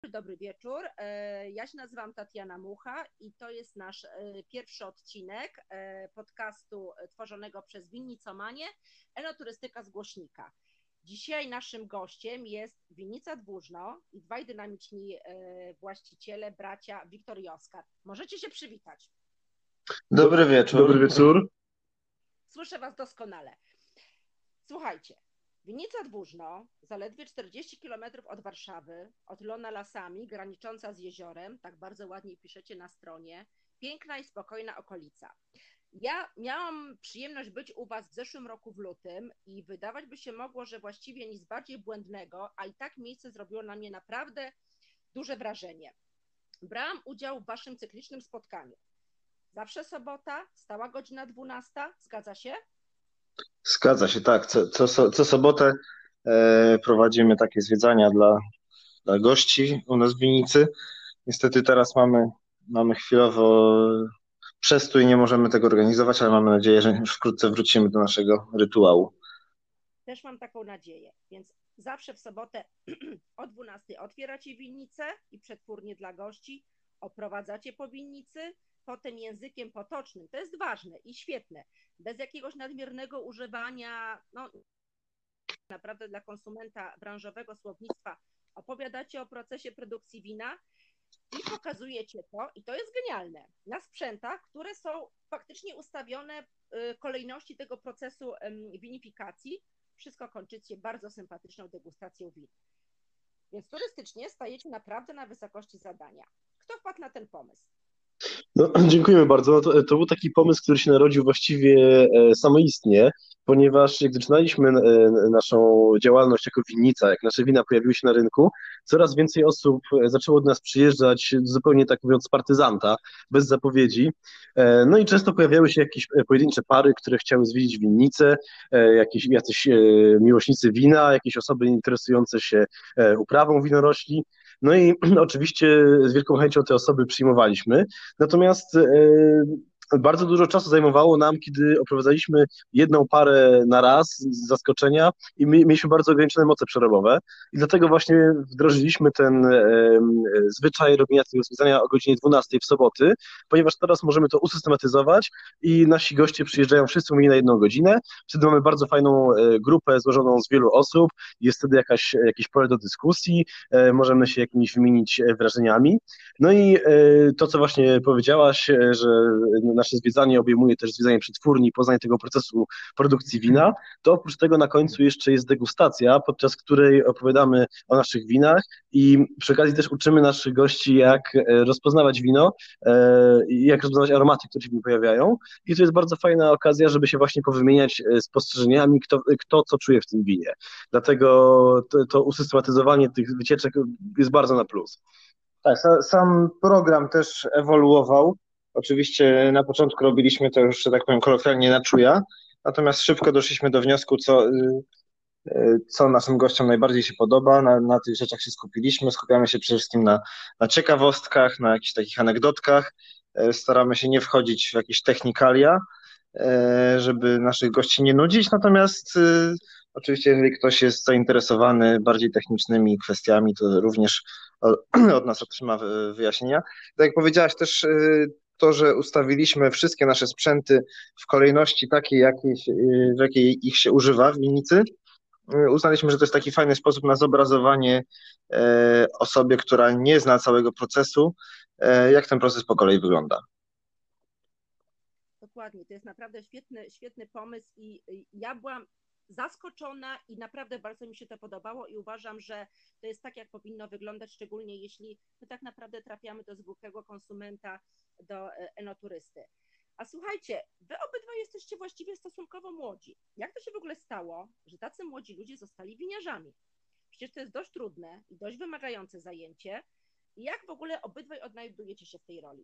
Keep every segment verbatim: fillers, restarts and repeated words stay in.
dobry wieczór. Ja się nazywam Tatiana Mucha i to jest nasz pierwszy odcinek podcastu tworzonego przez Winnicomanię Enoturystyka z Głośnika. Dzisiaj naszym gościem jest Winnica Dwóżno i dwaj dynamiczni właściciele, bracia Wiktor i Oskar. Możecie się przywitać. Dobry wieczór. Dobry wieczór. Słyszę was doskonale. Słuchajcie. Winnica Dwóżno, zaledwie czterdzieści kilometrów od Warszawy, otulona lasami, granicząca z jeziorem, tak bardzo ładnie piszecie na stronie, piękna i spokojna okolica. Ja miałam przyjemność być u was w zeszłym roku w lutym i wydawać by się mogło, że właściwie nic bardziej błędnego, a i tak miejsce zrobiło na mnie naprawdę duże wrażenie. Brałam udział w waszym cyklicznym spotkaniu. Zawsze sobota, stała godzina dwunasta, zgadza się? Zgadza się, tak. Co, co, co sobotę e, prowadzimy takie zwiedzania dla, dla gości u nas w Winnicy. Niestety teraz mamy, mamy chwilowo przestój, nie możemy tego organizować, ale mamy nadzieję, że już wkrótce wrócimy do naszego rytuału. Też mam taką nadzieję, więc zawsze w sobotę o dwunastej otwieracie winnicę i przetwórnię dla gości, oprowadzacie po winnicy, potem językiem potocznym, to jest ważne i świetne, bez jakiegoś nadmiernego używania, no naprawdę dla konsumenta branżowego słownictwa, opowiadacie o procesie produkcji wina i pokazujecie to, i to jest genialne, na sprzętach, które są faktycznie ustawione w kolejności tego procesu winifikacji. Wszystko kończycie bardzo sympatyczną degustacją win. Więc turystycznie stajecie naprawdę na wysokości zadania. Kto wpadł na ten pomysł? No, dziękujemy bardzo. No to, to był taki pomysł, który się narodził właściwie e, samoistnie, ponieważ jak zaczynaliśmy e, naszą działalność jako winnica, jak nasze wina pojawiły się na rynku, coraz więcej osób zaczęło do nas przyjeżdżać zupełnie tak mówiąc z partyzanta, bez zapowiedzi. E, no i często pojawiały się jakieś pojedyncze pary, które chciały zwiedzić winnicę, e, jakieś jacyś e, miłośnicy wina, jakieś osoby interesujące się e, uprawą winorośli. No i oczywiście z wielką chęcią te osoby przyjmowaliśmy. Natomiast e, bardzo dużo czasu zajmowało nam, kiedy oprowadzaliśmy jedną parę na raz z zaskoczenia i my, mieliśmy bardzo ograniczone moce przerobowe i dlatego właśnie wdrożyliśmy ten e, zwyczaj robienia tego zwiedzania o godzinie dwunastej w soboty, ponieważ teraz możemy to usystematyzować i nasi goście przyjeżdżają wszyscy umówieni na jedną godzinę. Wtedy mamy bardzo fajną e, grupę złożoną z wielu osób, jest wtedy jakaś, jakieś pole do dyskusji, e, możemy się jakimiś wymienić wrażeniami. No i e, to, co właśnie powiedziałaś, e, że nasze zwiedzanie obejmuje też zwiedzanie przetwórni, poznanie tego procesu produkcji wina, to oprócz tego na końcu jeszcze jest degustacja, podczas której opowiadamy o naszych winach i przy okazji też uczymy naszych gości, jak rozpoznawać wino i jak rozpoznawać aromaty, które się w nim pojawiają. I to jest bardzo fajna okazja, żeby się właśnie powymieniać spostrzeżeniami, kto, kto co czuje w tym winie. Dlatego to, to usystematyzowanie tych wycieczek jest bardzo na plus. Tak, sam program też ewoluował. Oczywiście na początku robiliśmy to już, że tak powiem, kolokwialnie na czuja, natomiast szybko doszliśmy do wniosku, co, co naszym gościom najbardziej się podoba, na, na tych rzeczach się skupiliśmy, skupiamy się przede wszystkim na, na ciekawostkach, na jakichś takich anegdotkach, staramy się nie wchodzić w jakieś technikalia, żeby naszych gości nie nudzić, natomiast oczywiście jeżeli ktoś jest zainteresowany bardziej technicznymi kwestiami, to również od nas otrzyma wyjaśnienia. Tak jak powiedziałaś też, to, że ustawiliśmy wszystkie nasze sprzęty w kolejności takiej, jakiej, w jakiej ich się używa w winnicy, uznaliśmy, że to jest taki fajny sposób na zobrazowanie osobie, która nie zna całego procesu, jak ten proces po kolei wygląda. Dokładnie, to jest naprawdę świetny, świetny pomysł i ja byłam zaskoczona i naprawdę bardzo mi się to podobało i uważam, że to jest tak, jak powinno wyglądać, szczególnie jeśli my tak naprawdę trafiamy do zwykłego konsumenta, do enoturysty. A słuchajcie, wy obydwaj jesteście właściwie stosunkowo młodzi. Jak to się w ogóle stało, że tacy młodzi ludzie zostali winiarzami? Przecież to jest dość trudne i dość wymagające zajęcie. I jak w ogóle obydwaj odnajdujecie się w tej roli?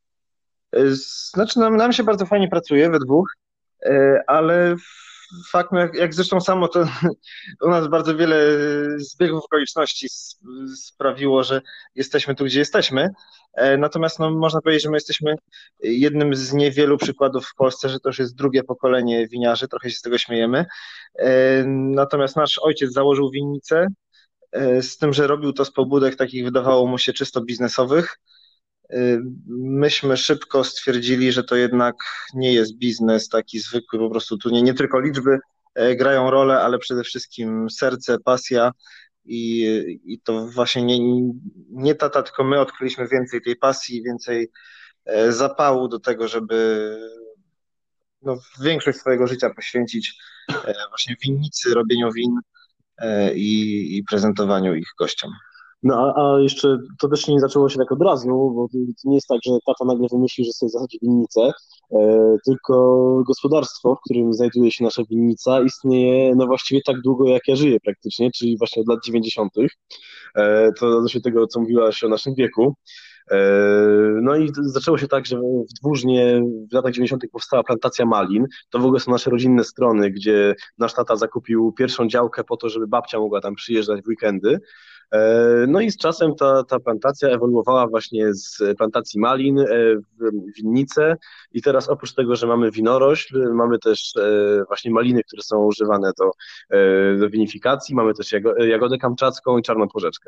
Znaczy nam, nam się bardzo fajnie pracuje we dwóch, ale fakt, jak, jak zresztą samo to u nas bardzo wiele zbiegów okoliczności sprawiło, że jesteśmy tu, gdzie jesteśmy. Natomiast no, można powiedzieć, że my jesteśmy jednym z niewielu przykładów w Polsce, że to już jest drugie pokolenie winiarzy, trochę się z tego śmiejemy. Natomiast nasz ojciec założył winnicę z tym, że robił to z pobudek takich, wydawało mu się, czysto biznesowych. Myśmy szybko stwierdzili, że to jednak nie jest biznes taki zwykły, po prostu tu nie, nie tylko liczby grają rolę, ale przede wszystkim serce, pasja i, i to właśnie nie, nie tata, tylko my odkryliśmy więcej tej pasji, więcej zapału do tego, żeby no, większość swojego życia poświęcić właśnie winnicy, robieniu win i, i prezentowaniu ich gościom. No a, a jeszcze to też nie zaczęło się tak od razu, bo to nie jest tak, że tata nagle wymyśli, że sobie zasadzi winnicę, e, tylko gospodarstwo, w którym znajduje się nasza winnica, istnieje no właściwie tak długo, jak ja żyję praktycznie, czyli właśnie od lat dziewięćdziesiątych. E, to odnośnie tego, co mówiłaś o naszym wieku. E, no i zaczęło się tak, że w Dwóżnie w latach dziewięćdziesiątych powstała plantacja malin. To w ogóle są nasze rodzinne strony, gdzie nasz tata zakupił pierwszą działkę po to, żeby babcia mogła tam przyjeżdżać w weekendy. No i z czasem ta, ta plantacja ewoluowała właśnie z plantacji malin w winnice i teraz oprócz tego, że mamy winorośl, mamy też właśnie maliny, które są używane do, do winifikacji, mamy też jagodę kamczacką i czarną porzeczkę.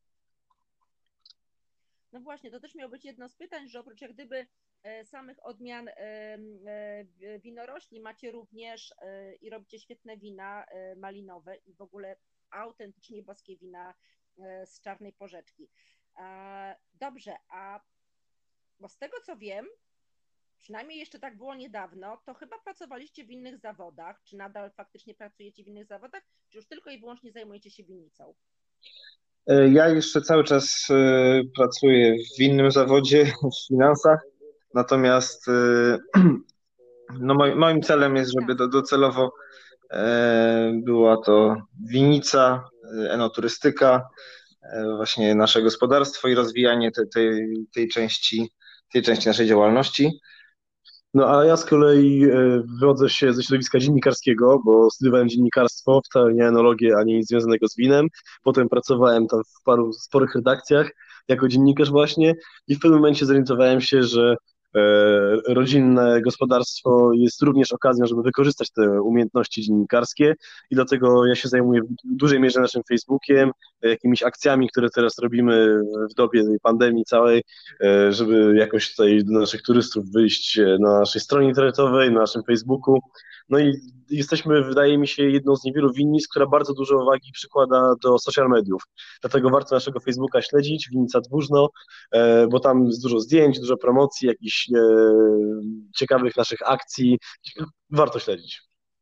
No właśnie, to też miało być jedno z pytań, że oprócz jak gdyby samych odmian winorośli macie również i robicie świetne wina malinowe i w ogóle autentycznie boskie wina z czarnej porzeczki. Dobrze, a bo z tego co wiem, przynajmniej jeszcze tak było niedawno, to chyba pracowaliście w innych zawodach, czy nadal faktycznie pracujecie w innych zawodach, czy już tylko i wyłącznie zajmujecie się winnicą? Ja jeszcze cały czas pracuję w innym zawodzie, w finansach, natomiast no moim, moim celem jest, żeby do, docelowo była to winnica, enoturystyka, właśnie nasze gospodarstwo i rozwijanie te, tej, tej części, tej części naszej działalności. No a ja z kolei wywodzę się ze środowiska dziennikarskiego, bo studiowałem dziennikarstwo, wcale nie enologię, ani nic związanego z winem. Potem pracowałem tam w paru sporych redakcjach jako dziennikarz właśnie i w pewnym momencie zorientowałem się, że rodzinne gospodarstwo jest również okazją, żeby wykorzystać te umiejętności dziennikarskie i dlatego ja się zajmuję w dużej mierze naszym Facebookiem, jakimiś akcjami, które teraz robimy w dobie tej pandemii całej, żeby jakoś tutaj do naszych turystów wyjść na naszej stronie internetowej, na naszym Facebooku. No i jesteśmy, wydaje mi się, jedną z niewielu winnic, która bardzo dużo uwagi przykłada do social mediów. Dlatego warto naszego Facebooka śledzić, Winnica Dwóżno, bo tam jest dużo zdjęć, dużo promocji, jakichś ciekawych naszych akcji. Warto śledzić.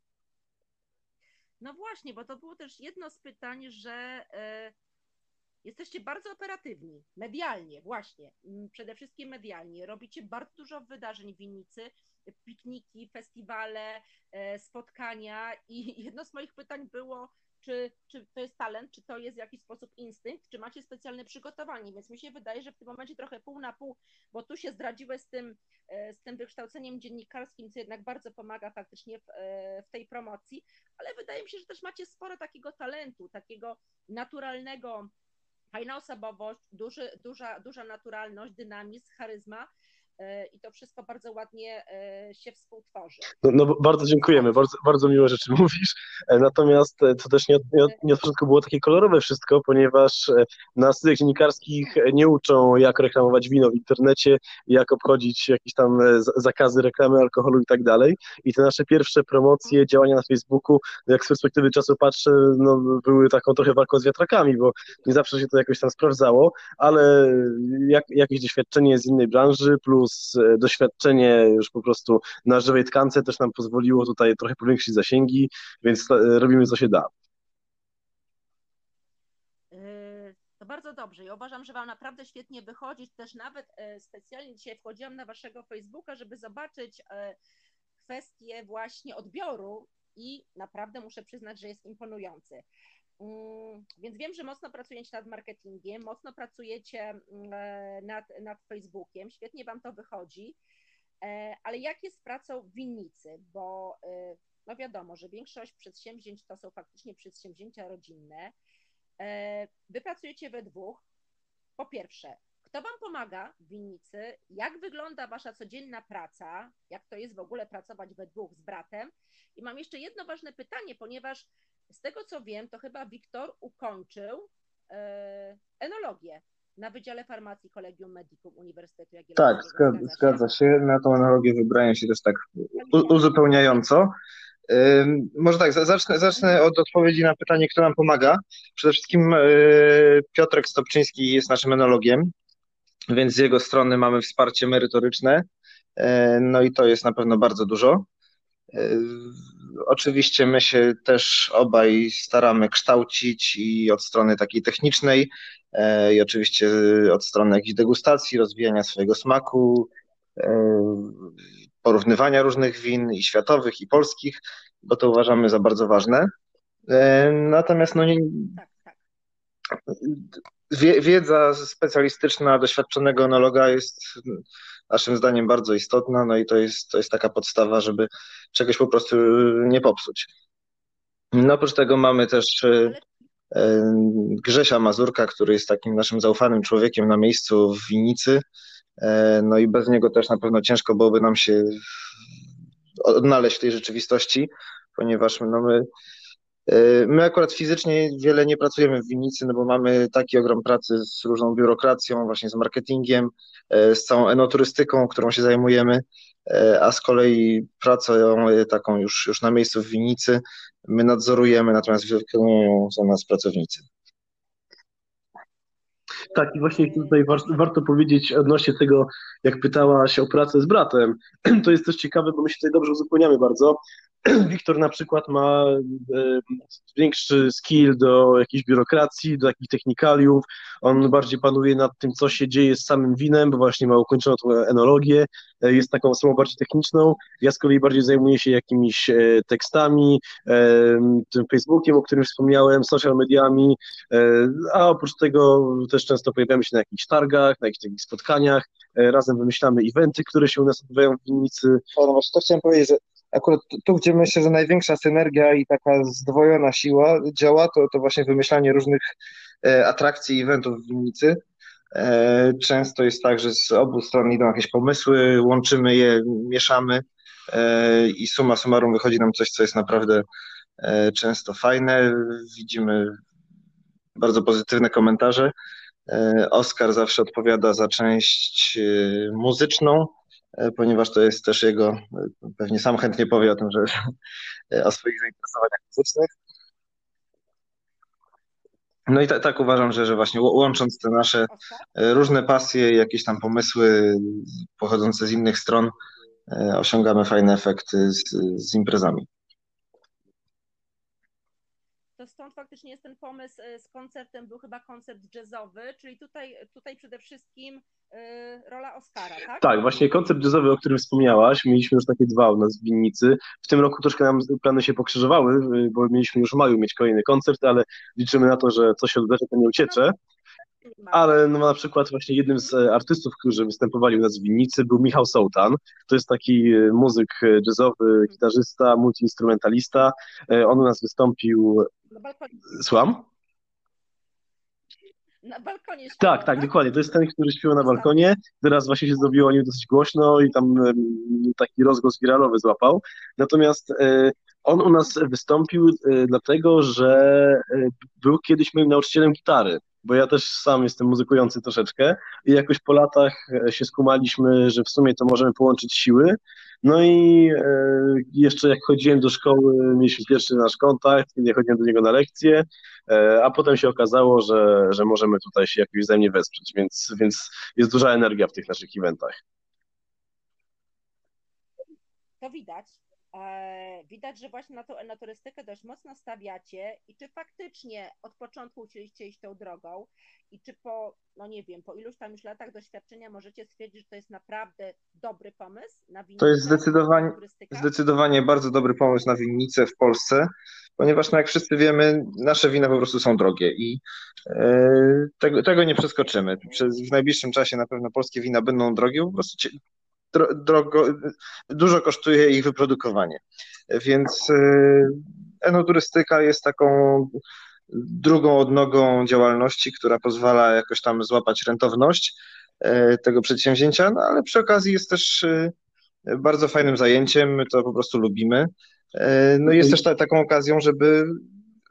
No właśnie, bo to było też jedno z pytań, że jesteście bardzo operatywni, medialnie, właśnie, przede wszystkim medialnie. Robicie bardzo dużo wydarzeń w winnicy, pikniki, festiwale, spotkania i jedno z moich pytań było, czy, czy to jest talent, czy to jest w jakiś sposób instynkt, czy macie specjalne przygotowanie, więc mi się wydaje, że w tym momencie trochę pół na pół, bo tu się zdradziłeś z tym, z tym wykształceniem dziennikarskim, co jednak bardzo pomaga faktycznie w, w tej promocji, ale wydaje mi się, że też macie sporo takiego talentu, takiego naturalnego, fajna osobowość, duży, duża, duża naturalność, dynamizm, charyzma i to wszystko bardzo ładnie się współtworzy. No, no bardzo dziękujemy, bardzo, bardzo miłe rzeczy mówisz, natomiast to też nie, nie, nie od początku było takie kolorowe wszystko, ponieważ na studiach dziennikarskich nie uczą, jak reklamować wino w internecie, jak obchodzić jakieś tam zakazy reklamy alkoholu i tak dalej. I te nasze pierwsze promocje, działania na Facebooku, jak z perspektywy czasu patrzę, no, były taką trochę walką z wiatrakami, bo nie zawsze się to jakoś tam sprawdzało, ale jak, jakieś doświadczenie z innej branży plus doświadczenie już po prostu na żywej tkance też nam pozwoliło tutaj trochę powiększyć zasięgi, więc robimy co się da. To bardzo dobrze. Ja uważam, że Wam naprawdę świetnie wychodzi. Też nawet specjalnie dzisiaj wchodziłam na Waszego Facebooka, żeby zobaczyć kwestię właśnie odbioru i naprawdę muszę przyznać, że jest imponujący. Więc wiem, że mocno pracujecie nad marketingiem, mocno pracujecie nad, nad Facebookiem, świetnie Wam to wychodzi, ale jak jest z pracą w winnicy, bo no wiadomo, że większość przedsięwzięć to są faktycznie przedsięwzięcia rodzinne. Wy pracujecie we dwóch. Po pierwsze, kto Wam pomaga w winnicy? Jak wygląda Wasza codzienna praca? Jak to jest w ogóle pracować we dwóch z bratem? I mam jeszcze jedno ważne pytanie, ponieważ z tego co wiem, to chyba Wiktor ukończył e, enologię na Wydziale Farmacji Collegium Medicum Uniwersytetu Tak, Jagiellońskiego. zgadza, Zgadza się? zgadza się. Na tą analogię wybrałem się też tak u- uzupełniająco. Ym, Może tak, za- zacznę, zacznę od odpowiedzi na pytanie, kto nam pomaga. Przede wszystkim yy, Piotrek Stopczyński jest naszym enologiem, więc z jego strony mamy wsparcie merytoryczne, yy, no i to jest na pewno bardzo dużo. Yy, Oczywiście my się też obaj staramy kształcić i od strony takiej technicznej, yy, i oczywiście od strony jakiejś degustacji, rozwijania swojego smaku, yy, porównywania różnych win i światowych, i polskich, bo to uważamy za bardzo ważne. Yy, Natomiast no nie, Tak, tak. wie- wiedza specjalistyczna doświadczonego enologa jest naszym zdaniem bardzo istotna, no i to jest, to jest taka podstawa, żeby czegoś po prostu nie popsuć. No oprócz tego mamy też e, Ale e, Grzesia Mazurka, który jest takim naszym zaufanym człowiekiem na miejscu w winnicy, E, no i bez niego też na pewno ciężko byłoby nam się odnaleźć w tej rzeczywistości, ponieważ no my E, My akurat fizycznie wiele nie pracujemy w winnicy, no bo mamy taki ogrom pracy z różną biurokracją, właśnie z marketingiem, e, z całą enoturystyką, którą się zajmujemy, e, a z kolei pracą e, taką już, już na miejscu w winnicy my nadzorujemy, natomiast wykonują za nas pracownicy. Tak, i właśnie tutaj war, warto powiedzieć odnośnie tego, jak pytałaś o pracę z bratem. To jest też ciekawe, bo my się tutaj dobrze uzupełniamy bardzo. Wiktor na przykład ma e, większy skill do jakiejś biurokracji, do jakichś technikaliów. On bardziej panuje nad tym, co się dzieje z samym winem, bo właśnie ma ukończoną tą enologię. E, Jest taką osobą bardziej techniczną. Ja z kolei bardziej zajmuję się jakimiś e, tekstami, e, tym Facebookiem, o którym wspomniałem, social mediami, e, a oprócz tego też często pojawiamy się na jakichś targach, na jakichś takich spotkaniach. E, Razem wymyślamy eventy, które się u nas odbywają w winnicy. O, no właśnie to chciałem powiedzieć, że akurat tu, tu, gdzie myślę, że największa synergia i taka zdwojona siła działa, to, to właśnie wymyślanie różnych e, atrakcji i eventów w winnicy. E, Często jest tak, że z obu stron idą jakieś pomysły, łączymy je, mieszamy e, i summa summarum wychodzi nam coś, co jest naprawdę e, często fajne. Widzimy bardzo pozytywne komentarze. E, Oskar zawsze odpowiada za część e, muzyczną, e, ponieważ to jest też jego, e, pewnie sam chętnie powie o tym, że o swoich zainteresowaniach muzycznych. No i ta, tak uważam, że, że właśnie ł- łącząc te nasze Oskar? e, różne pasje, jakieś tam pomysły pochodzące z innych stron, e, osiągamy fajne efekty z, z imprezami. To stąd faktycznie jest ten pomysł e, z koncertem, był chyba koncert jazzowy, czyli tutaj, tutaj przede wszystkim e, rola Oskara, tak? Tak, właśnie koncert jazzowy, o którym wspomniałaś, mieliśmy już takie dwa u nas w winnicy. W tym roku troszkę nam plany się pokrzyżowały, y, bo mieliśmy już w maju mieć kolejny koncert, ale liczymy na to, że co się odbędzie, to nie uciecze. Nie ma. Ale no, na przykład właśnie jednym z e, artystów, którzy występowali u nas w winnicy, był Michał Sołtan. To jest taki e, muzyk e, jazzowy, gitarzysta, multiinstrumentalista. E, On u nas wystąpił. Na balkonie, Słucham? na balkonie śpiewał, Tak, tak, dokładnie. To jest ten, który śpiewał na balkonie. Teraz właśnie się zrobiło o nim dosyć głośno i tam em, taki rozgłos wiralowy złapał. Natomiast e, on u nas wystąpił e, dlatego, że e, był kiedyś moim nauczycielem gitary, bo ja też sam jestem muzykujący troszeczkę i jakoś po latach e, się skumaliśmy, że w sumie to możemy połączyć siły. No i e, jeszcze jak chodziłem do szkoły, mieliśmy pierwszy nasz kontakt, kiedy ja chodziłem do niego na lekcje, e, a potem się okazało, że, że możemy tutaj się jakoś wzajemnie wesprzeć, więc, więc jest duża energia w tych naszych eventach. to widać. E, widać, że właśnie na tą enoturystykę dość mocno stawiacie i czy faktycznie od początku chcieliście iść tą drogą i czy po, no nie wiem, po iluś tam już latach doświadczenia możecie stwierdzić, że to jest naprawdę dobry pomysł na winnicę, To jest zdecydowanie, turystyka? zdecydowanie bardzo dobry pomysł na winnicę w Polsce, ponieważ no jak wszyscy wiemy, nasze wina po prostu są drogie i e, tego, tego nie przeskoczymy. Przez, w najbliższym czasie na pewno polskie wina będą drogie, po prostu cie- dro, drogo, dużo kosztuje ich wyprodukowanie. Więc e, enoturystyka jest taką drugą odnogą działalności, która pozwala jakoś tam złapać rentowność e, tego przedsięwzięcia, no ale przy okazji jest też e, bardzo fajnym zajęciem, my to po prostu lubimy. E, No i jest też ta, taką okazją, żeby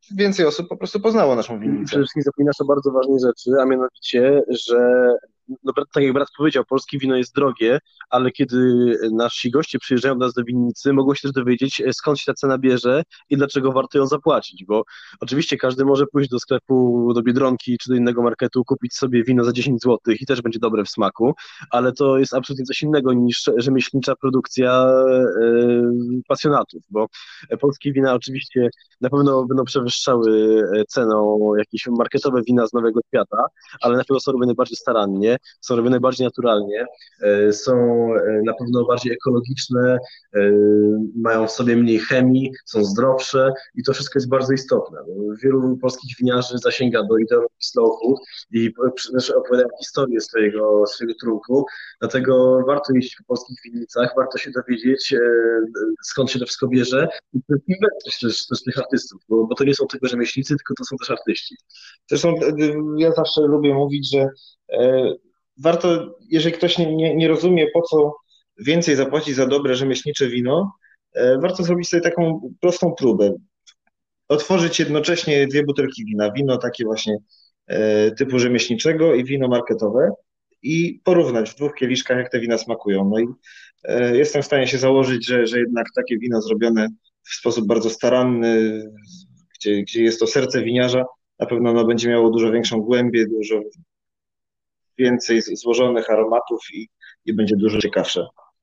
więcej osób po prostu poznało naszą winnicę. Przede wszystkim zapominasz o bardzo ważnej rzeczy, a mianowicie, że no, tak jak brat powiedział, polskie wino jest drogie, ale kiedy nasi goście przyjeżdżają do nas do winnicy, mogą się też dowiedzieć, skąd się ta cena bierze i dlaczego warto ją zapłacić, bo oczywiście każdy może pójść do sklepu, do Biedronki czy do innego marketu, kupić sobie wino za dziesięć złotych i też będzie dobre w smaku, ale to jest absolutnie coś innego niż rzemieślnicza produkcja e, pasjonatów, bo polskie wina oczywiście na pewno będą przewyższały ceną jakieś marketowe wina z Nowego Świata, ale na pewno są robione bardziej starannie, są robione bardziej naturalnie, są na pewno bardziej ekologiczne, mają w sobie mniej chemii, są zdrowsze i to wszystko jest bardzo istotne. Wielu polskich winiarzy zasięga do ideologii slow food i też opowiadają historię swojego, swojego trunku, dlatego warto jeździć po polskich winnicach, warto się dowiedzieć, skąd się to wszystko bierze i wesprzeć też, też tych artystów, bo, bo to nie są tylko rzemieślnicy, tylko to są też artyści. Zresztą ja zawsze lubię mówić, że e, warto, jeżeli ktoś nie, nie, nie rozumie, po co więcej zapłacić za dobre rzemieślnicze wino, e, warto zrobić sobie taką prostą próbę. Otworzyć jednocześnie dwie butelki wina. Wino takie właśnie e, typu rzemieślniczego i wino marketowe i porównać w dwóch kieliszkach, jak te wina smakują. No i e, jestem w stanie się założyć, że, że jednak takie wino zrobione w sposób bardzo staranny, gdzie, gdzie jest to serce winiarza, na pewno no, będzie miało dużo większą głębię, dużo więcej złożonych aromatów i, i będzie dużo ciekawsze.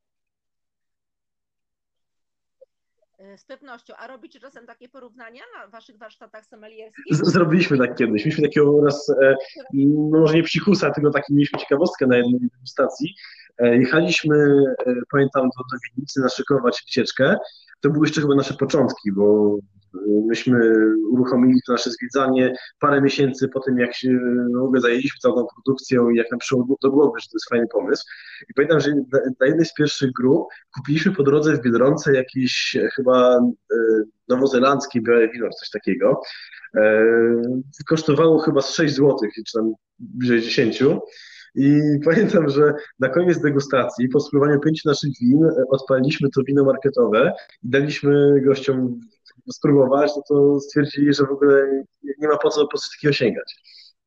Z pewnością. A robicie czasem takie porównania na waszych warsztatach sommelierskich? Z- Zrobiliśmy tak kiedyś. Mieliśmy takiego raz, e, no może nie psikusa, tylko taki mieliśmy ciekawostkę na jednej degustacji. E, Jechaliśmy, e, pamiętam, do, do winnicy naszykować wycieczkę. To były jeszcze chyba nasze początki, bo e, myśmy uruchomili to nasze zwiedzanie parę miesięcy po tym, jak się no, w ogóle zajęliśmy całą tą produkcją i jak nam przyszło do głowy, że to jest fajny pomysł. I pamiętam, że na, na jednej z pierwszych grup kupiliśmy po drodze w Biedronce jakieś e, chyba e, nowozelandzkie białe wino, coś takiego. E, kosztowało chyba z sześć złotych, czy tam bliżej dziesięć. I pamiętam, że na koniec degustacji, po spróbowaniu pięciu naszych win, e, odpaliliśmy to wino marketowe i daliśmy gościom spróbować, no to stwierdzili, że w ogóle nie ma po co po coś takiego sięgać.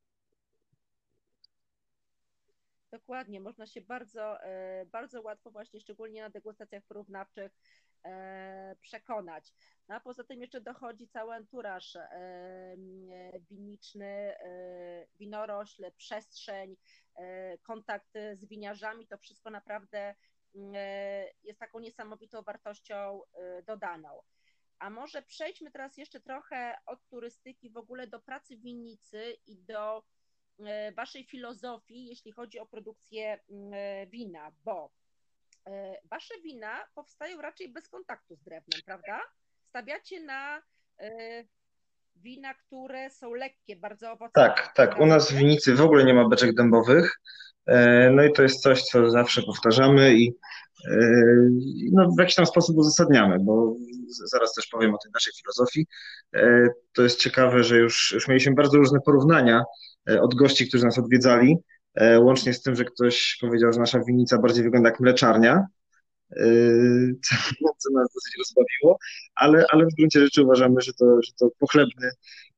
Dokładnie, można się bardzo, e, bardzo łatwo właśnie, szczególnie na degustacjach porównawczych, e, przekonać. No, a poza tym jeszcze dochodzi cały anturaż e, winiczny, e, winorośl, przestrzeń, e, kontakt z winiarzami, to wszystko naprawdę e, jest taką niesamowitą wartością e, dodaną. A może przejdźmy teraz jeszcze trochę od turystyki w ogóle do pracy w winnicy i do waszej filozofii, jeśli chodzi o produkcję wina, bo wasze wina powstają raczej bez kontaktu z drewnem, prawda? Stawiacie na wina, które są lekkie, bardzo owocowe. Tak, tak. U nas w winnicy w ogóle nie ma beczek dębowych. E, No i to jest coś, co zawsze powtarzamy i e, no, w jakiś tam sposób uzasadniamy, bo z- zaraz też powiem o tej naszej filozofii. E, To jest ciekawe, że już, już mieliśmy bardzo różne porównania e, od gości, którzy nas odwiedzali, e, łącznie z tym, że ktoś powiedział, że nasza winnica bardziej wygląda jak mleczarnia, e, co, co nas dosyć rozbawiło, ale, ale w gruncie rzeczy uważamy, że to, że to pochlebny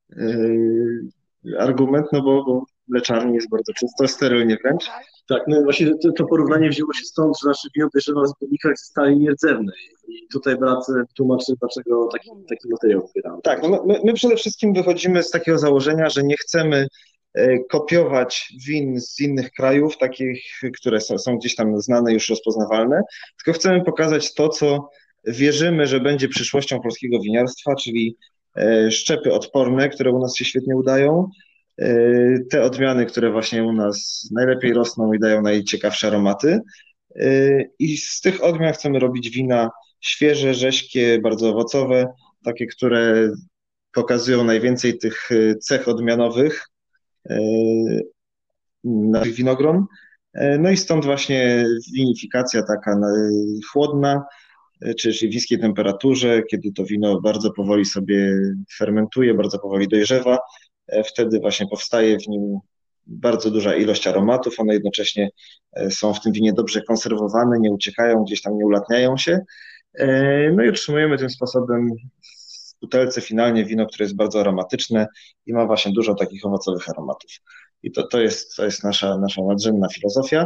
e, argument, no bo, bo w mleczarni jest bardzo czysto, sterylnie wręcz. Tak? Tak, no właśnie to, to porównanie wzięło się stąd, że nasze wino dojrzewa w zbiornikach ze stali nierdzewnej. I tutaj brat e, tłumaczy, dlaczego taki, taki materiał wybieramy. Tak, no my, my- my przede wszystkim wychodzimy z takiego założenia, że nie chcemy e, kopiować win z innych krajów, takich, które są, są gdzieś tam znane, już rozpoznawalne, tylko chcemy pokazać to, co wierzymy, że będzie przyszłością polskiego winiarstwa, czyli e, szczepy odporne, które u nas się świetnie udają, e, te odmiany, które właśnie u nas najlepiej rosną i dają najciekawsze aromaty. E, I z tych odmian chcemy robić wina świeże, rześkie, bardzo owocowe, takie, które pokazują najwięcej tych y, cech odmianowych y, naszych winogron. E, No i stąd właśnie winifikacja taka y, chłodna, y, czy, czyli w niskiej temperaturze, kiedy to wino bardzo powoli sobie fermentuje, bardzo powoli dojrzewa. E, Wtedy właśnie powstaje w nim bardzo duża ilość aromatów, one jednocześnie e, są w tym winie dobrze konserwowane, nie uciekają, gdzieś tam nie ulatniają się. E, No i utrzymujemy tym sposobem butelce finalnie wino, które jest bardzo aromatyczne i ma właśnie dużo takich owocowych aromatów. I to, to jest, to jest nasza, nasza nadrzędna filozofia.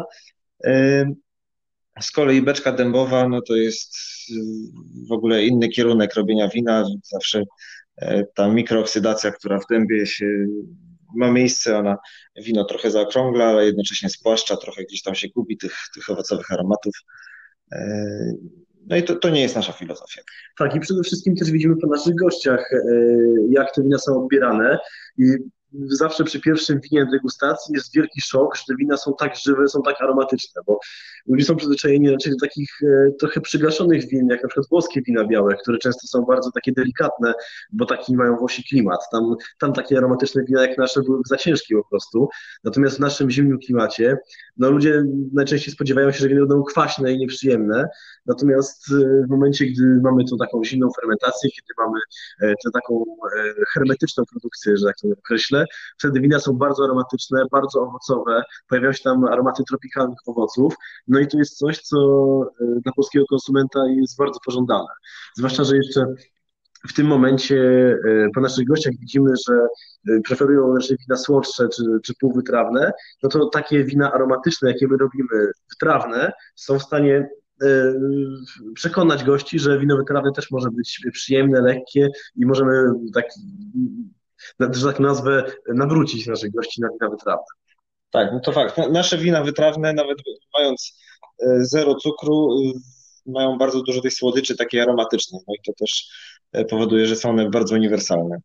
Z kolei beczka dębowa, no to jest w ogóle inny kierunek robienia wina. Zawsze ta mikrooksydacja, która w dębie się ma miejsce, ona wino trochę zaokrągla, ale jednocześnie spłaszcza, trochę gdzieś tam się gubi tych, tych owocowych aromatów. No i to, to nie jest nasza filozofia. Tak, i przede wszystkim też widzimy po naszych gościach, jak te wina są odbierane i zawsze przy pierwszym winie degustacji jest wielki szok, że te wina są tak żywe, są tak aromatyczne, bo ludzie są przyzwyczajeni raczej do takich e, trochę przygaszonych win, jak na przykład włoskie wina białe, które często są bardzo takie delikatne, bo taki mają Włosi klimat. Tam, tam takie aromatyczne wina jak nasze były za ciężkie po prostu. Natomiast w naszym zimnym klimacie, no ludzie najczęściej spodziewają się, że wina będą kwaśne i nieprzyjemne, natomiast w momencie, gdy mamy tą taką zimną fermentację, kiedy mamy tę taką hermetyczną produkcję, że tak to określę, wtedy wina są bardzo aromatyczne, bardzo owocowe, pojawiają się tam aromaty tropikalnych owoców, no i to jest coś, co dla polskiego konsumenta jest bardzo pożądane. Zwłaszcza, że jeszcze w tym momencie po naszych gościach widzimy, że preferują raczej wina słodsze czy, czy półwytrawne, no to takie wina aromatyczne, jakie my robimy, wytrawne, są w stanie przekonać gości, że wino wytrawne też może być przyjemne, lekkie i możemy tak, że tak nazwę, nawrócić naszych gości na wina wytrawne. Tak, no to fakt. Nasze wina wytrawne, nawet mając zero cukru, mają bardzo dużo tej słodyczy takiej aromatycznej. No i to też powoduje, że są one bardzo uniwersalne.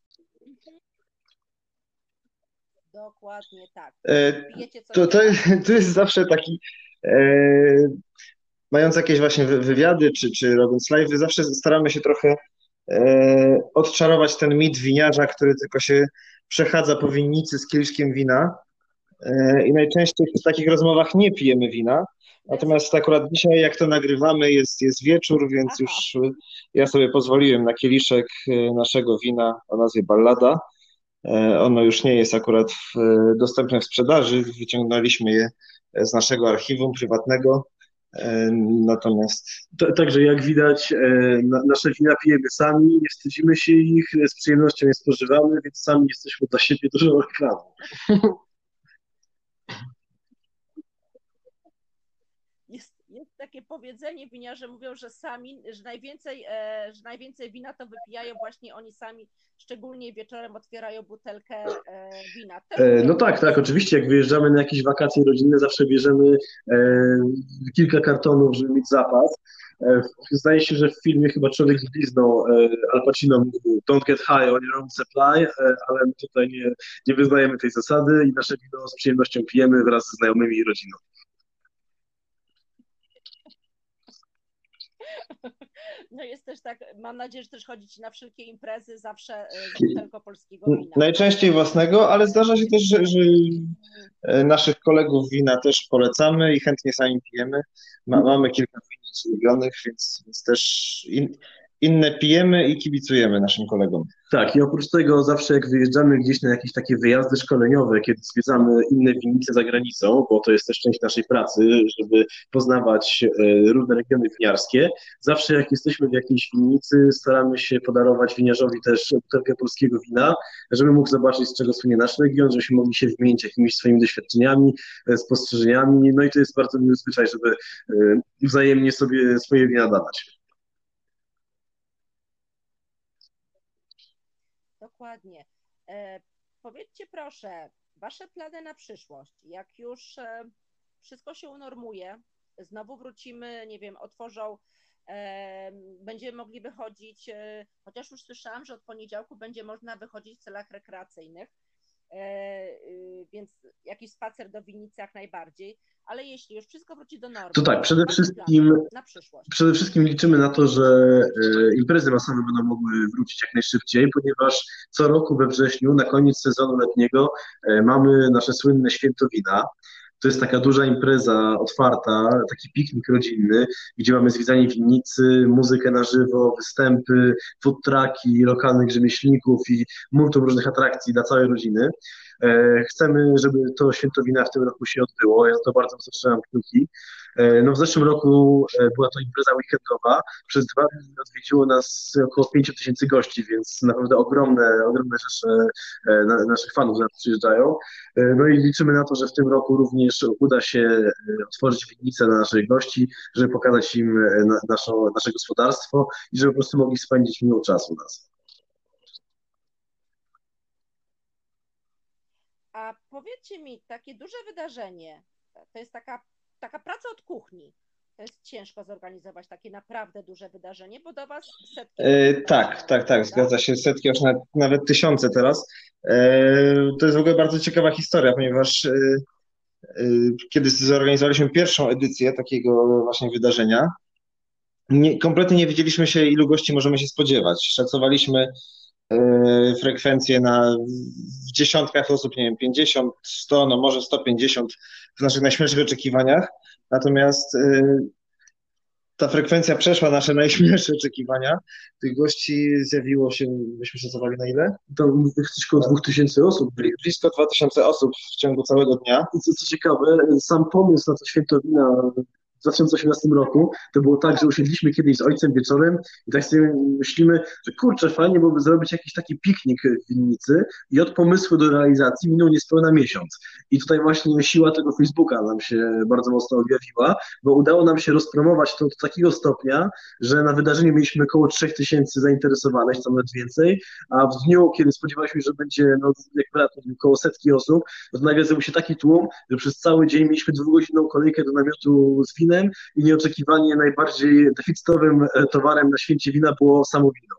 Dokładnie tak. To, to, to jest zawsze taki... E, mając jakieś właśnie wywiady, czy, czy robiąc live'y, zawsze staramy się trochę e, odczarować ten mit winiarza, który tylko się przechadza po winnicy z kieliszkiem wina e, i najczęściej w takich rozmowach nie pijemy wina. Natomiast akurat dzisiaj, jak to nagrywamy, jest, jest wieczór, więc Aha. już ja sobie pozwoliłem na kieliszek naszego wina o nazwie Ballada. E, ono już nie jest akurat w, dostępne w sprzedaży, wyciągnęliśmy je z naszego archiwum prywatnego. Natomiast... Także jak widać, nasze wina pijemy sami, nie wstydzimy się ich, z przyjemnością je spożywamy, więc sami jesteśmy dla siebie dużą reklamą. Jest, jest takie powiedzenie, winiarze mówią, że sami, że najwięcej, że najwięcej wina to wypijają właśnie oni sami, szczególnie wieczorem otwierają butelkę wina. E, no tak, tak, oczywiście jak wyjeżdżamy na jakieś wakacje rodzinne, zawsze bierzemy e, kilka kartonów, żeby mieć zapas. E, zdaje się, że w filmie chyba Człowiek z blizną e, Al Pacino mówił don't get high on your own supply, e, ale my tutaj nie, nie wyznajemy tej zasady i nasze wino z przyjemnością pijemy wraz ze znajomymi i rodziną. No jest też tak, mam nadzieję, że też chodzić na wszelkie imprezy zawsze z butelką polskiego wina. Najczęściej własnego, ale zdarza się też, że, że naszych kolegów wina też polecamy i chętnie sami pijemy. Ma, mamy kilka winnic ulubionych, więc, więc też in, inne pijemy i kibicujemy naszym kolegom. Tak, i oprócz tego zawsze jak wyjeżdżamy gdzieś na jakieś takie wyjazdy szkoleniowe, kiedy zwiedzamy inne winnice za granicą, bo to jest też część naszej pracy, żeby poznawać różne regiony winiarskie, zawsze jak jesteśmy w jakiejś winnicy, staramy się podarować winiarzowi też butelkę polskiego wina, żeby mógł zobaczyć, z czego słynie nasz region, żebyśmy mogli się wymienić jakimiś swoimi doświadczeniami, spostrzeżeniami, no i to jest bardzo miły zwyczaj, żeby wzajemnie sobie swoje wina dawać. Dokładnie. E, powiedzcie proszę, wasze plany na przyszłość, jak już e, wszystko się unormuje, znowu wrócimy, nie wiem, otworzą, e, będziemy mogli wychodzić, e, chociaż już słyszałam, że od poniedziałku będzie można wychodzić w celach rekreacyjnych, e, e, więc jakiś spacer do winnicy jak najbardziej, ale jeśli już wszystko wróci do normy, to tak, przede wszystkim, na przyszłość. przede wszystkim liczymy na to, że e, imprezy masowe będą mogły wrócić jak najszybciej, ponieważ co roku we wrześniu, na koniec sezonu letniego, e, mamy nasze słynne Święto Wina. To jest taka duża impreza otwarta, taki piknik rodzinny, gdzie mamy zwiedzanie winnicy, muzykę na żywo, występy, food trucki, lokalnych rzemieślników i multum różnych atrakcji dla całej rodziny. Chcemy, żeby to Święto Wina w tym roku się odbyło, ja za to bardzo trzymam kciuki. No w zeszłym roku była to impreza weekendowa. Przez dwa dni odwiedziło nas około pięciu tysięcy gości, więc naprawdę ogromne, ogromne rzesze na, naszych fanów na nas przyjeżdżają. No i liczymy na to, że w tym roku również uda się otworzyć winnicę dla naszych gości, żeby pokazać im na, naszą, nasze gospodarstwo i żeby po prostu mogli spędzić miło czas u nas. A powiedzcie mi, takie duże wydarzenie, to jest taka, taka praca od kuchni. To jest ciężko zorganizować takie naprawdę duże wydarzenie, bo do was setki E, osób tak, trafiają, tak, tak, prawda? zgadza się. Setki, aż nawet, nawet tysiące teraz. E, to jest w ogóle bardzo ciekawa historia, ponieważ e, e, kiedy zorganizowaliśmy pierwszą edycję takiego właśnie wydarzenia, nie, kompletnie nie wiedzieliśmy się, ilu gości możemy się spodziewać. Szacowaliśmy e, frekwencję na w dziesiątkach osób, nie wiem, pięćdziesiąt, sto, no może sto pięćdziesiąt w naszych najśmielszych oczekiwaniach. Natomiast e, ta frekwencja przeszła nasze najśmielsze oczekiwania. Tych gości zjawiło się, byśmy szacowali na ile? To coś koło dwóch tysięcy osób. Bli- Blisko dwa tysiące osób w ciągu całego dnia. I co, co ciekawe, sam pomysł na to święto wina w dwa tysiące osiemnastym roku to było tak, że usiedliśmy kiedyś z ojcem wieczorem i tak sobie myślimy, że kurczę, fajnie byłoby zrobić jakiś taki piknik w winnicy i od pomysłu do realizacji minął niespełna miesiąc. I tutaj właśnie siła tego Facebooka nam się bardzo mocno objawiła, bo udało nam się rozpromować to do takiego stopnia, że na wydarzeniu mieliśmy około trzech tysięcy zainteresowanych, co nawet więcej, a w dniu, kiedy spodziewaliśmy się, że będzie, no, jak brat mówił, około setki osób, to nagle zrobił się taki tłum, że przez cały dzień mieliśmy dwugodzinną kolejkę do namiotu z winem i nieoczekiwanie najbardziej deficytowym towarem na święcie wina było samo wino.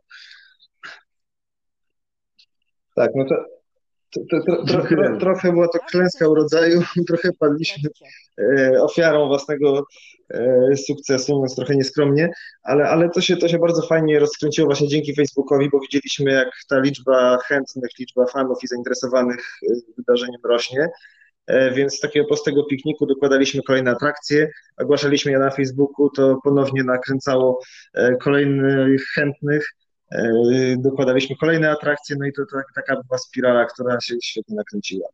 Tak, no to, to, to, to, tro, tro, trochę była to klęska urodzaju, trochę padliśmy e, ofiarą własnego e, sukcesu, mówiąc trochę nieskromnie, ale, ale to się, to się bardzo fajnie rozkręciło właśnie dzięki Facebookowi, bo widzieliśmy, jak ta liczba chętnych, liczba fanów i zainteresowanych e, wydarzeniem rośnie. E, Więc z takiego prostego pikniku dokładaliśmy kolejne atrakcje, ogłaszaliśmy je na Facebooku, to ponownie nakręcało e, kolejnych chętnych, e, dokładaliśmy kolejne atrakcje, no i to, to taka była spirala, która się świetnie nakręciła.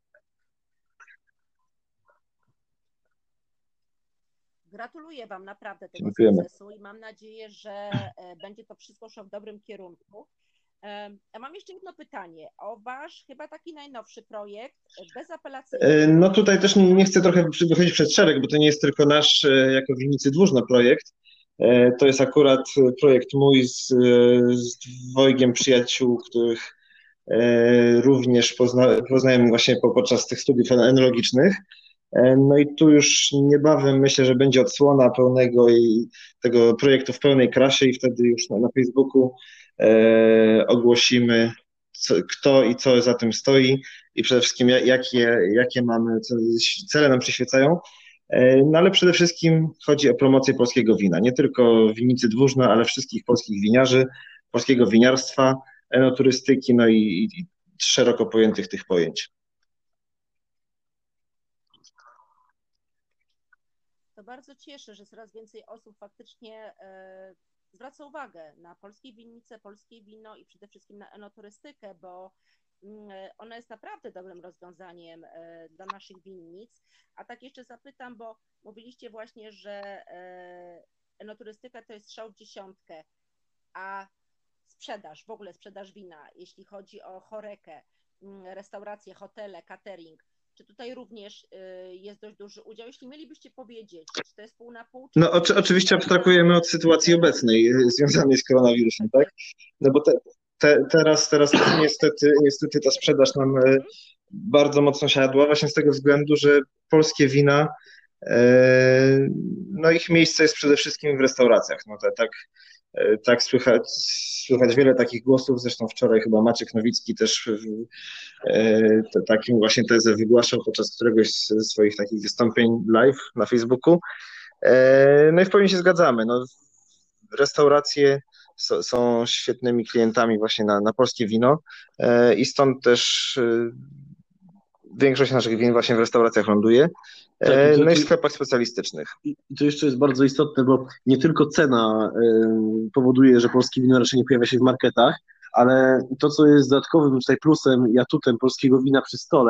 Gratuluję wam naprawdę tego Dziękujemy. sukcesu i mam nadzieję, że e, będzie to wszystko szło w dobrym kierunku. E, Ja mam jeszcze jedno pytanie o wasz chyba taki najnowszy projekt, e, bezapelacyjny. E, No tutaj też nie, nie chcę trochę przy- wychodzić przed szereg, bo to nie jest tylko nasz e, jako Winnicy Dłużno projekt. E, To jest akurat e, projekt mój z, e, z dwojgiem przyjaciół, których e, również pozna, poznałem właśnie po, podczas tych studiów enologicznych. E, No i tu już niebawem myślę, że będzie odsłona pełnego i tego projektu w pełnej krasie i wtedy już na, na Facebooku e, ogłosimy, co, kto i co za tym stoi i przede wszystkim ja- jakie, jakie mamy, co, cele nam przyświecają. E, No ale przede wszystkim chodzi o promocję polskiego wina, nie tylko winnicy Dwóżna, ale wszystkich polskich winiarzy, polskiego winiarstwa, enoturystyki, no i, i i szeroko pojętych tych pojęć. To bardzo cieszę, że coraz więcej osób faktycznie e, zwraca uwagę na polskie winnice, polskie wino i przede wszystkim na enoturystykę, bo mm, e, ona jest naprawdę dobrym rozwiązaniem e, dla naszych winnic. A tak jeszcze zapytam, bo mówiliście właśnie, że e, enoturystyka to jest strzał w dziesiątkę, a sprzedaż, w ogóle sprzedaż wina, jeśli chodzi o chorekę, mm, restauracje, hotele, catering, czy tutaj również y, jest dość duży udział? Jeśli mielibyście powiedzieć, czy to jest pół na pół, czy No to oczy, jest oczywiście bardziej abstrakujemy od sytuacji obecnej y, związanej z koronawirusem, tak? No bo te, te, teraz, teraz niestety, niestety ta sprzedaż nam y, bardzo mocno siadła, właśnie z tego względu, że polskie wina, e, no ich miejsce jest przede wszystkim w restauracjach. No to, tak, e, tak słychać, słychać wiele takich głosów, zresztą wczoraj chyba Maciek Nowicki też w, e, te, takim właśnie tezę wygłaszał podczas któregoś z swoich takich wystąpień live na Facebooku. E, No i w pełni się zgadzamy. No, restauracje so- są świetnymi klientami właśnie na, na polskie wino e, i stąd też e, większość naszych win właśnie w restauracjach ląduje, Tak, i e, to, no i w i, sklepach specjalistycznych. i to jeszcze jest bardzo istotne, bo nie tylko cena y, powoduje, że polskie wino raczej nie pojawia się w marketach, ale to, co jest dodatkowym tutaj plusem i atutem polskiego wina przy stole,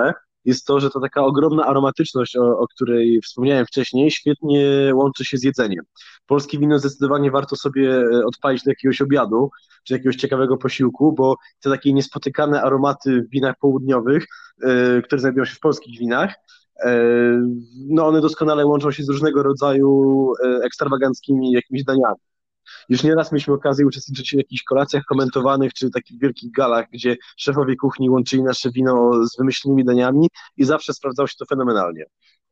jest to, że ta taka ogromna aromatyczność, o, o której wspomniałem wcześniej, świetnie łączy się z jedzeniem. Polskie wino zdecydowanie warto sobie e, odpalić do jakiegoś obiadu, czy jakiegoś ciekawego posiłku, bo te takie niespotykane aromaty w winach południowych, e, które znajdują się w polskich winach, e, no one doskonale łączą się z różnego rodzaju e, ekstrawaganckimi jakimiś daniami. Już nieraz mieliśmy okazję uczestniczyć w jakichś kolacjach komentowanych, czy takich wielkich galach, gdzie szefowie kuchni łączyli nasze wino z wymyślnymi daniami i zawsze sprawdzało się to fenomenalnie.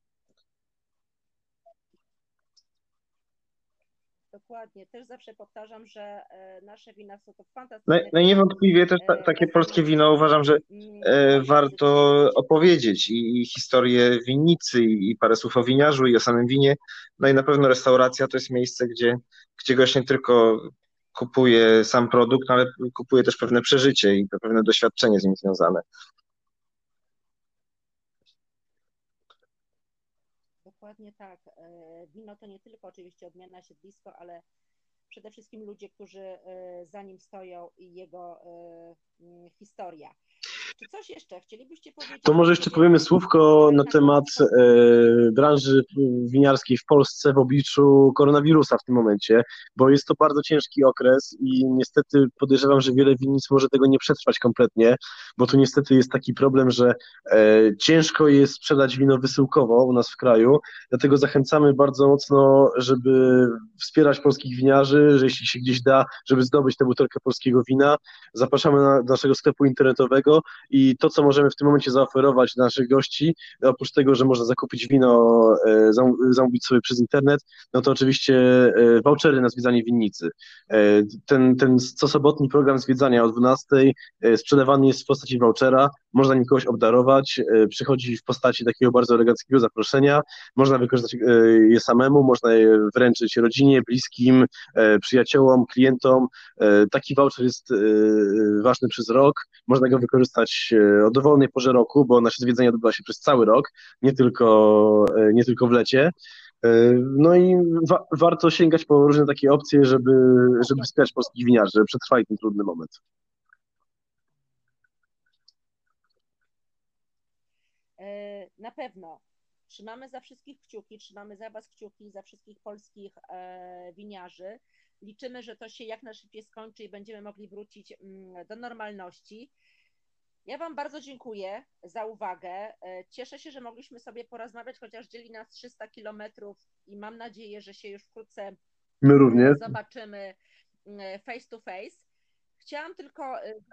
Dokładnie. Też zawsze powtarzam, że e, nasze wina są to Naj, fantastyczne wina najniewątpliwie też ta, e, takie polskie gastronomiczne, wino uważam, że mm, e, o warto języku, gdzie opowiedzieć i, i historię winnicy i, i parę słów o winiarzu i o samym winie. No i na pewno restauracja to jest miejsce, gdzie, gdzie gość nie tylko kupuje sam produkt, ale kupuje też pewne przeżycie i pewne doświadczenie z nim związane. dokładnie tak. E, Wino to nie tylko oczywiście odmiana siedlisko, ale przede wszystkim ludzie, którzy e, za nim stoją i jego e, mm, historia. Czy coś jeszcze chcielibyście To powiedzieć o może jeszcze winie powiemy słówko e, na na temat koniec? e, branży winiarskiej w Polsce w obliczu koronawirusa w tym momencie, bo jest to bardzo ciężki okres i niestety podejrzewam, że wiele winnic może tego nie przetrwać kompletnie, bo tu niestety jest taki problem, że e, ciężko jest sprzedać wino wysyłkowo u nas w kraju, dlatego zachęcamy bardzo mocno, żeby wspierać polskich winiarzy, że jeśli się gdzieś da, żeby zdobyć tę butelkę polskiego wina, zapraszamy na, do naszego sklepu internetowego i to, co możemy w tym momencie zaoferować dla naszych gości, oprócz tego, że można zakupić wino, e, zam- zamówić sobie przez internet, no to oczywiście e, vouchery na zwiedzanie winnicy. E, Ten, ten cosobotni program zwiedzania o dwunastej e, sprzedawany jest w postaci vouchera, można nim kogoś obdarować, e, przychodzi w postaci takiego bardzo eleganckiego zaproszenia, można wykorzystać e, je samemu, można je wręczyć rodzinie, bliskim, e, przyjaciołom, klientom. E, Taki voucher jest e, ważny przez rok, można go wykorzystać e, o dowolnej porze roku, bo nasze zwiedzanie odbywa się przez cały rok, nie tylko, e, nie tylko w lecie. E, No i wa warto sięgać po różne takie opcje, żeby, żeby wspierać polskich winiarzy, żeby przetrwali ten trudny moment. E, Na pewno trzymamy za wszystkich kciuki, trzymamy za Was kciuki, za wszystkich polskich e, winiarzy. Liczymy, że to się jak najszybciej skończy i będziemy mogli wrócić mm, do normalności. Ja Wam bardzo dziękuję za uwagę. E, Cieszę się, że mogliśmy sobie porozmawiać, chociaż dzieli nas trzysta kilometrów i mam nadzieję, że się już wkrótce My e, również. zobaczymy mm, face to face. Chciałam tylko e,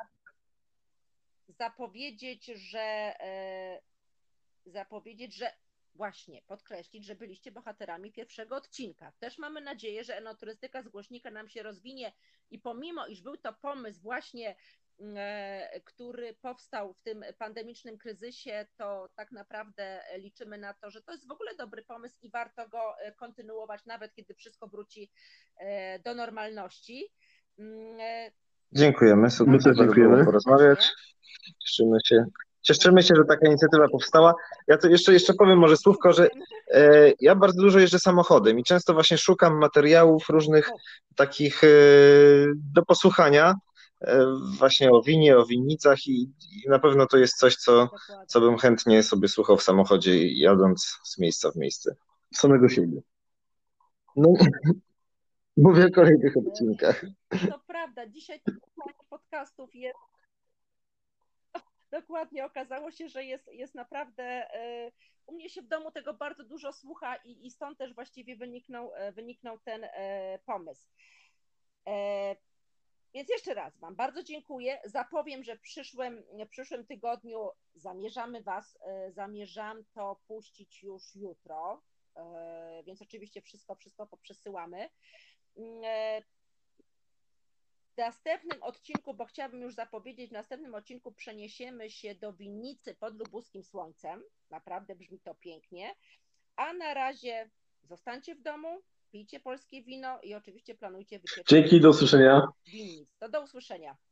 zapowiedzieć, że e, zapowiedzieć, że właśnie podkreślić, że byliście bohaterami pierwszego odcinka. Też mamy nadzieję, że enoturystyka z głośnika nam się rozwinie i pomimo, iż był to pomysł właśnie, e, który powstał w tym pandemicznym kryzysie, to tak naprawdę liczymy na to, że to jest w ogóle dobry pomysł i warto go e, kontynuować, nawet kiedy wszystko wróci e, do normalności. Mm, e, Dziękujemy, My super też super było dziękujemy. porozmawiać. serdecznie. Cieszymy się. Cieszymy się, że taka inicjatywa powstała. Ja to jeszcze, jeszcze powiem może słówko, że e, ja bardzo dużo jeżdżę samochodem i często właśnie szukam materiałów różnych takich e, do posłuchania e, właśnie o winie, o winnicach i, i na pewno to jest coś, co, co bym chętnie sobie słuchał w samochodzie jadąc z miejsca w miejsce. Samego siebie. No, mówię o kolejnych odcinkach. To prawda, dzisiaj tych podcastów jest dokładnie, okazało się, że jest, jest naprawdę, e, u mnie się w domu tego bardzo dużo słucha i, i stąd też właściwie wyniknął, e, wyniknął ten e, pomysł. E, Więc jeszcze raz Wam bardzo dziękuję. Zapowiem, że w przyszłym, w przyszłym tygodniu zamierzamy Was, e, zamierzam to puścić już jutro, e, więc oczywiście wszystko, wszystko poprzesyłamy. E, W następnym odcinku, bo chciałabym już zapowiedzieć, w następnym odcinku przeniesiemy się do winnicy pod lubuskim słońcem. Naprawdę brzmi to pięknie. A na razie zostańcie w domu, pijcie polskie wino i oczywiście planujcie wycieczkę Dzięki, do usłyszenia. winnic. To do usłyszenia.